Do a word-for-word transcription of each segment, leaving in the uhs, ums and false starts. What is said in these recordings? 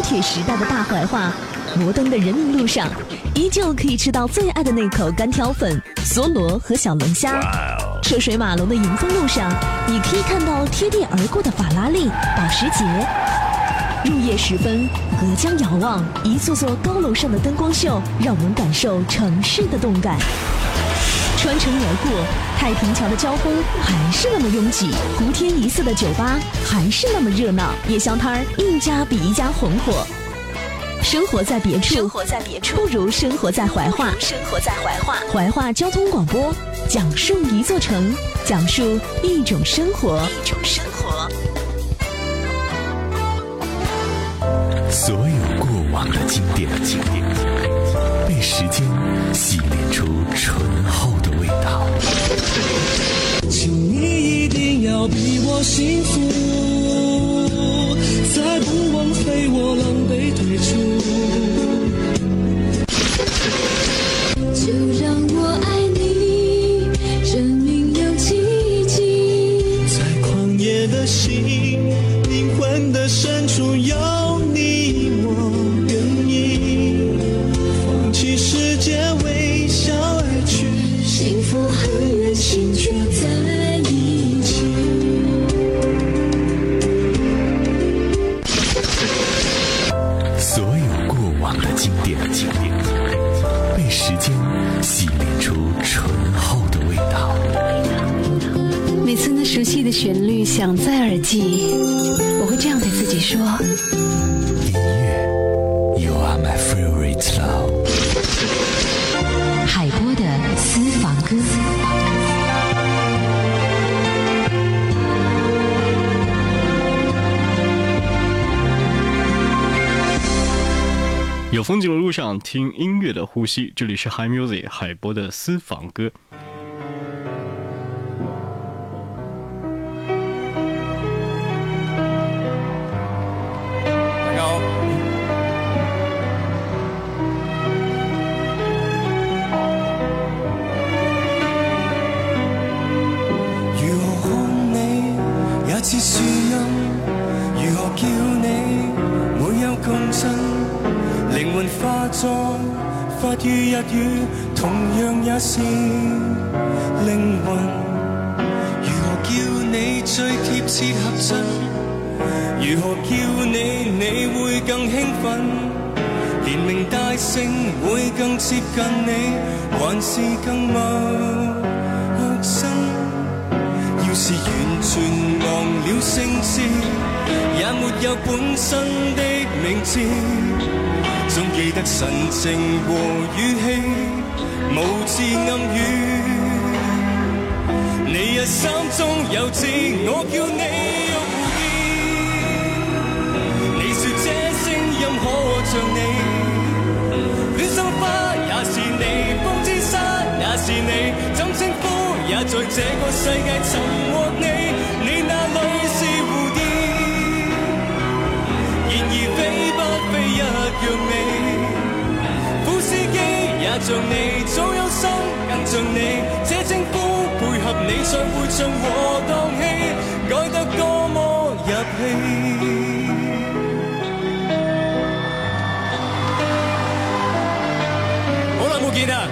铁时代的大怀化，摩登的人民路上，依旧可以吃到最爱的那口干挑粉、梭罗和小龙虾。车水马龙的迎风路上，你可以看到贴地而过的法拉利、保时捷。入夜时分，隔江遥望，一座座高楼上的灯光秀，让我们感受城市的动感。穿城而过，太平桥的交锋还是那么拥挤，湖天一色的酒吧还是那么热闹，夜宵摊儿一家比一家红火。生活在别处，生活在别处，不如生活在怀化。生活在怀化，怀化交通广播，讲述一座城，讲述一种生活，一种生活。 所有过往的经典，经典被时间洗炼出醇厚的味道。 请你一定要比我幸福，再不枉费我狼狈退出。 就让我爱你，证明有奇迹。 在旷野的心，灵魂的深处有你，我愿意放弃世界，微笑而去。 幸福和任性却在一起。 所有过往的经典，经典被时间洗炼出醇厚的味道。 每次那熟悉的旋律响在耳际，我会这样对自己说： 音乐 ，You are my favorite love。 海波的私房歌。 有风景的路上，听音乐的呼吸。这里是 Hi Music 海波的私房歌。 大家好。 如何看你也似樹蔭，如何叫你沒有共振，靈魂化作發於日語，同樣也是靈魂。如何叫你最貼切合襯？如何叫你你會更興奮？連名帶姓會更接近你，還是更陌生？要是完全忘了姓氏，也沒有本身的名字，總記得神情和語氣，無字暗語。你日心中有字，我叫你玉蝴蝶。你說這聲音可像你，戀心花也是你，風之沙也是你，怎稱呼也在這個世界尋獲你。你那裏是蝴蝶，然而飛不飛一樣美，富士機也像你，早有心更像你，這稱呼配合你唱會唱和蕩氣，改得多麼入戲。好耐冇見啦！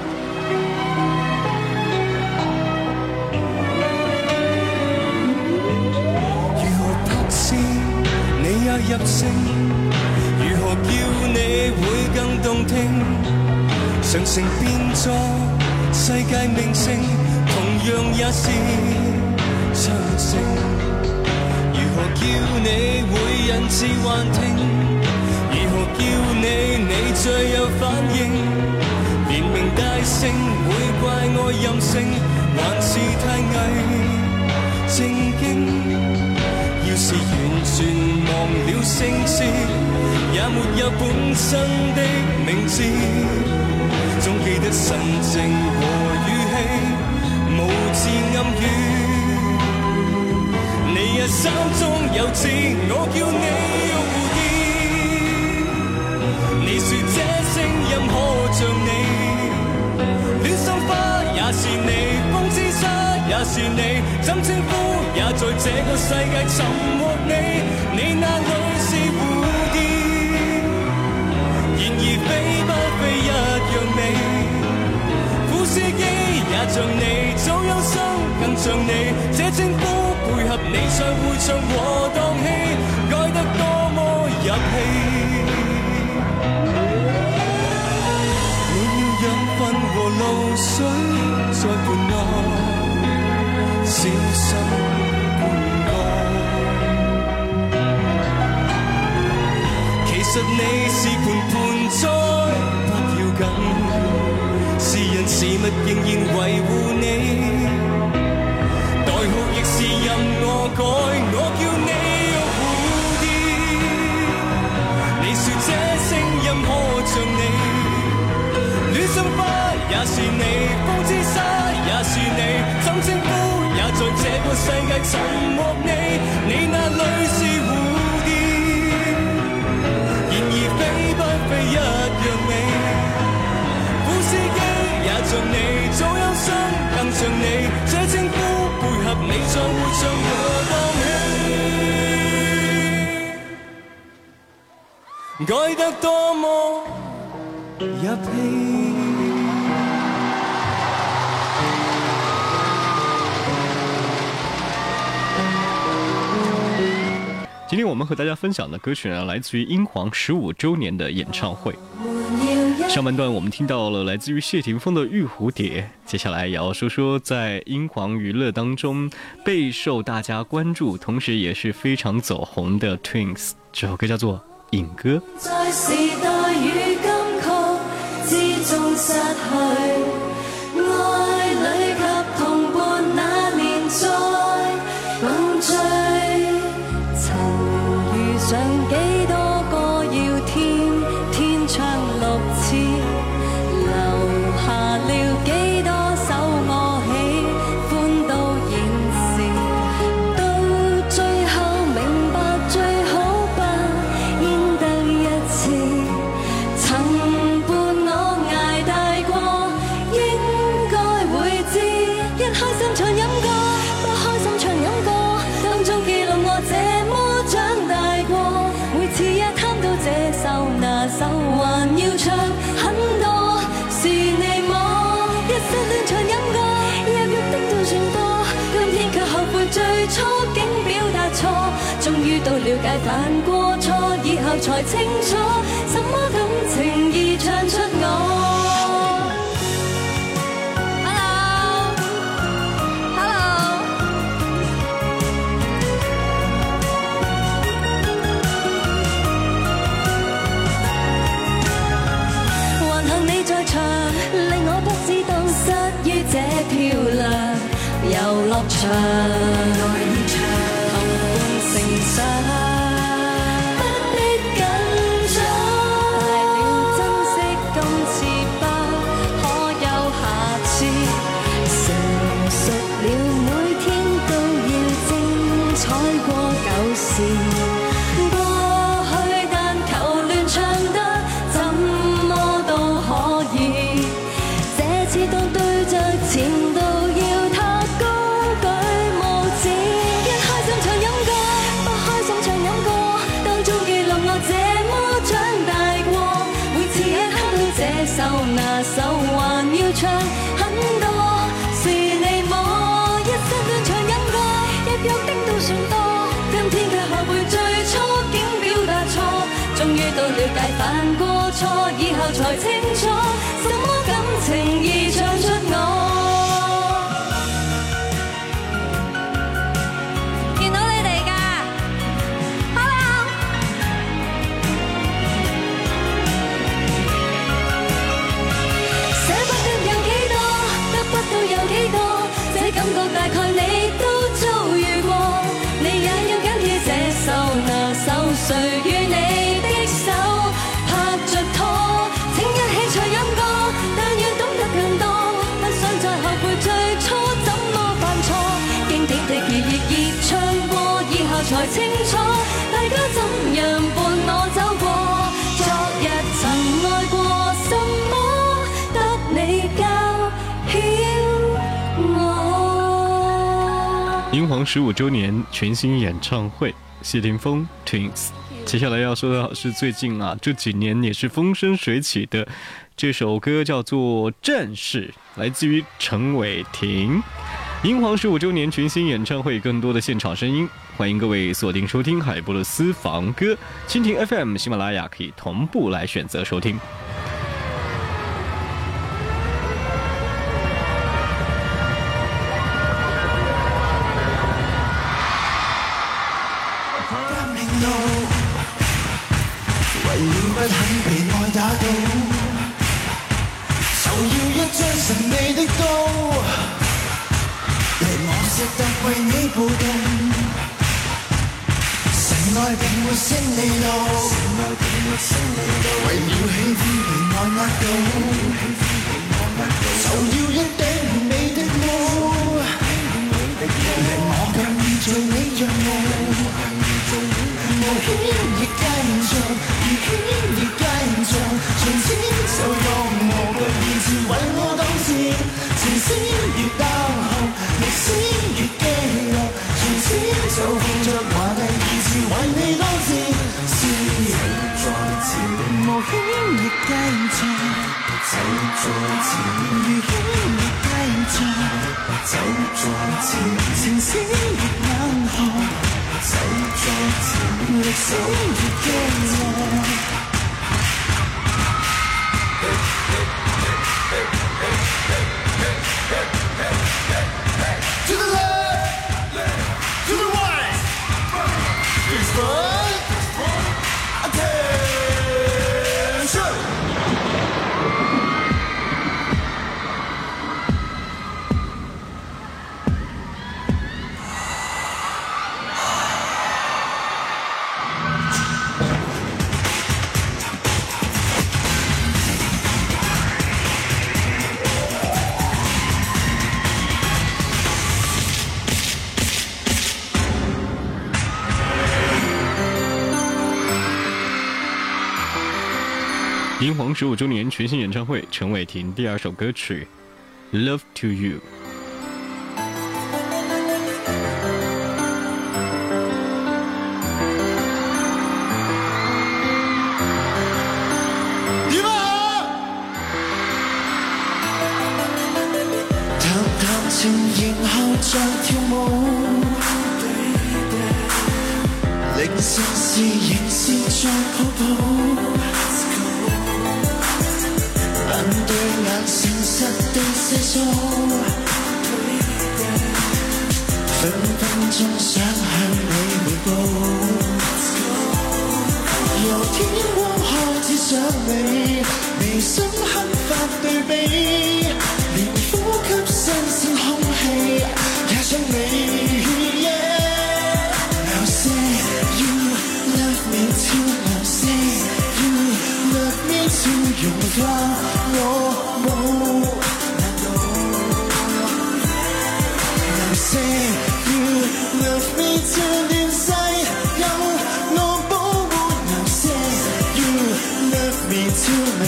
如何拍攝你也入聲，如何叫你會更動聽？常成變作世界明星，同樣也是長城。如何叫你會引致幻聽？如何叫你你最有反應？連名帶姓會怪我任性，還是太偽正經？要是完全忘了姓氏，也沒有本身的名字，總記得神情和語氣，無字暗語。你日心中有字，我叫你玉蝴蝶。你說這聲音可像你，戀心花也是你，風之沙也是你，怎稱呼也在這個世界尋獲你。你那裏是蝴蝶， 司機也像你，早有心更像你，這稱呼配合你唱會唱和蕩氣，愛得多麼入戲。我要養分和露水再伴我，小心伴我。其實你是盤盤栽，不要緊，是人是物仍然維護你。代號亦是任我改，我叫你蝴蝶。你說這聲音可像你，戀心花也是你，風之沙也是你，怎稱呼也在這個世界尋獲你。你那裏是蝴蝶，然而飛不飛一樣美。副司機也像你，早有心更像你，這稱呼配合你唱會唱和蕩氣，愛得多麼入戲。 今天我们和大家分享的歌曲呢，来自于英皇十五周年的演唱会。上半段我们听到了来自于谢霆锋的《玉蝴蝶》，接下来也要说说在英皇娱乐当中备受大家关注，同时也是非常走红的 Twins， 这首歌叫做《影歌》。 在時代與金曲之中失去，愛侶及同伴那年在共聚，曾遇上幾多個要天天唱六次，留下了幾多首我喜歡到現時，到最後明白最好不應得一次，曾伴我捱大過應該會知，一開心唱飲歌，不開心唱飲歌，當中記錄我這麼長大過，每次一貪到這首那首還要唱很多，是你我一失戀唱飲歌，入獄的都算多，今天卻後悔最初竟表達錯，終於到了解犯過錯，以後才清楚什麼感情已唱出我。令我不知道失於這漂亮遊樂場，同伴成長，不必緊張，大了珍惜今次吧，可有下次？成熟了每天都要精彩過舊時。那首還要唱很多，是你我一失戀唱飲歌，入獄的都算多，今天卻後悔最初竟表達錯，終於到了解犯過錯，以後才清楚什麼感情已唱出我。感覺大概你都遭遇過，你也要緊貼這首那首，誰與你的手拍着拖，請一起唱飲歌，但願懂得更多，不想再後悔最初怎麼犯錯，經典的記憶亦唱過，以後才清楚大家怎樣伴我走過，昨日曾愛過什麼，得你教曉。 英皇十五周年全新演唱会，谢霆锋 Twins。接下来要说的是最近啊这几年也是风生水起的这首歌叫做《战士》，来自于陈伟霆。英皇十五周年群星演唱会，更多的现场声音，欢迎各位锁定收听海波的私房歌，蜻蜓 F M、喜马拉雅可以同步来选择收听。 為了不肯被愛打倒，就要一張神秘的刀，令我值得為你暴動。城內並沒勝利路，為了喜歡被愛壓倒，就要一頂美的帽，令我更易做你讓路。冒險亦奸詐，越險越奸詐，從此就當我嘅意志為我擋箭，情絲越當紅，歷史越激烈，從此就放着華麗意志為你擋箭。是冒險亦奸詐，走在前，越險越奸詐，走在前，情絲越冷酷。走在前，歷史越驚訝。To the left, to the right, it's fun. Attention. 英皇十五周年全新演唱会，陈伟霆第二首歌曲《Love to You》。 談談情然後再跳舞，凌晨時仍是在抱抱。眼對眼誠實地細數，分分鐘想向你匯報。由天光開始想你，眉心黑髮對比，連呼吸新鮮空氣也想你。Now say you love me too, now say you love me too， 融化我夢。Now say you love me too， 連世有我保護。Now say you love me too， my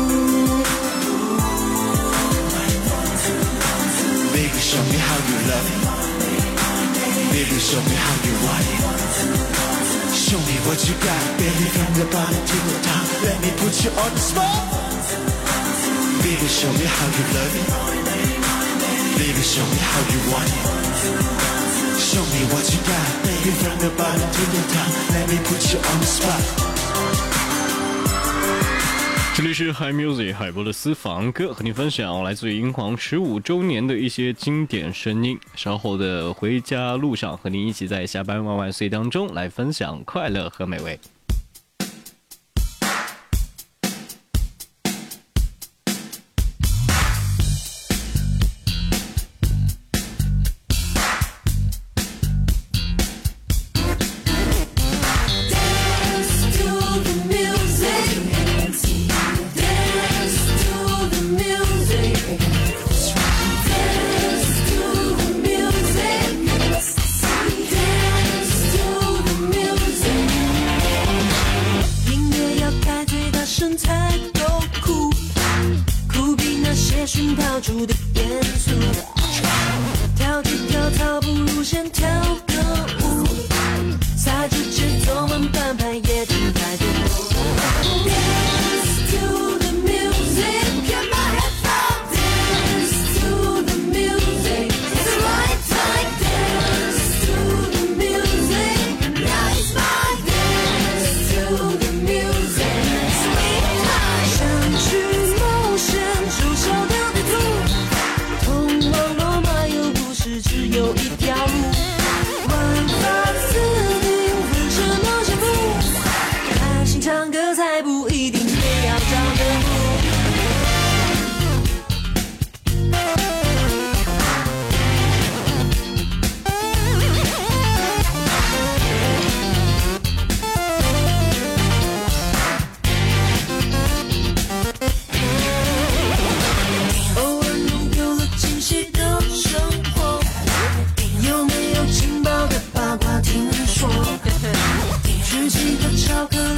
boo。Baby show me how you love it， Baby show me how you want it，Show me what you got, baby, from the bottom to the top. Let me put you on the spot. Baby, show me how you love it. Baby, show me how you want it. Show me what you got, baby, from the bottom to the top. Let me put you on the spot. 这里是 Hi Music 海波的私房歌，和你分享来自于英皇十五周年的一些经典声音。稍后的回家路上，和你一起在下班万万岁当中来分享快乐和美味。 寻逃出的元素，跳起跳槽不如先跳个舞，赛之前做完半拍也挺太多。Dance to the music。 靠近。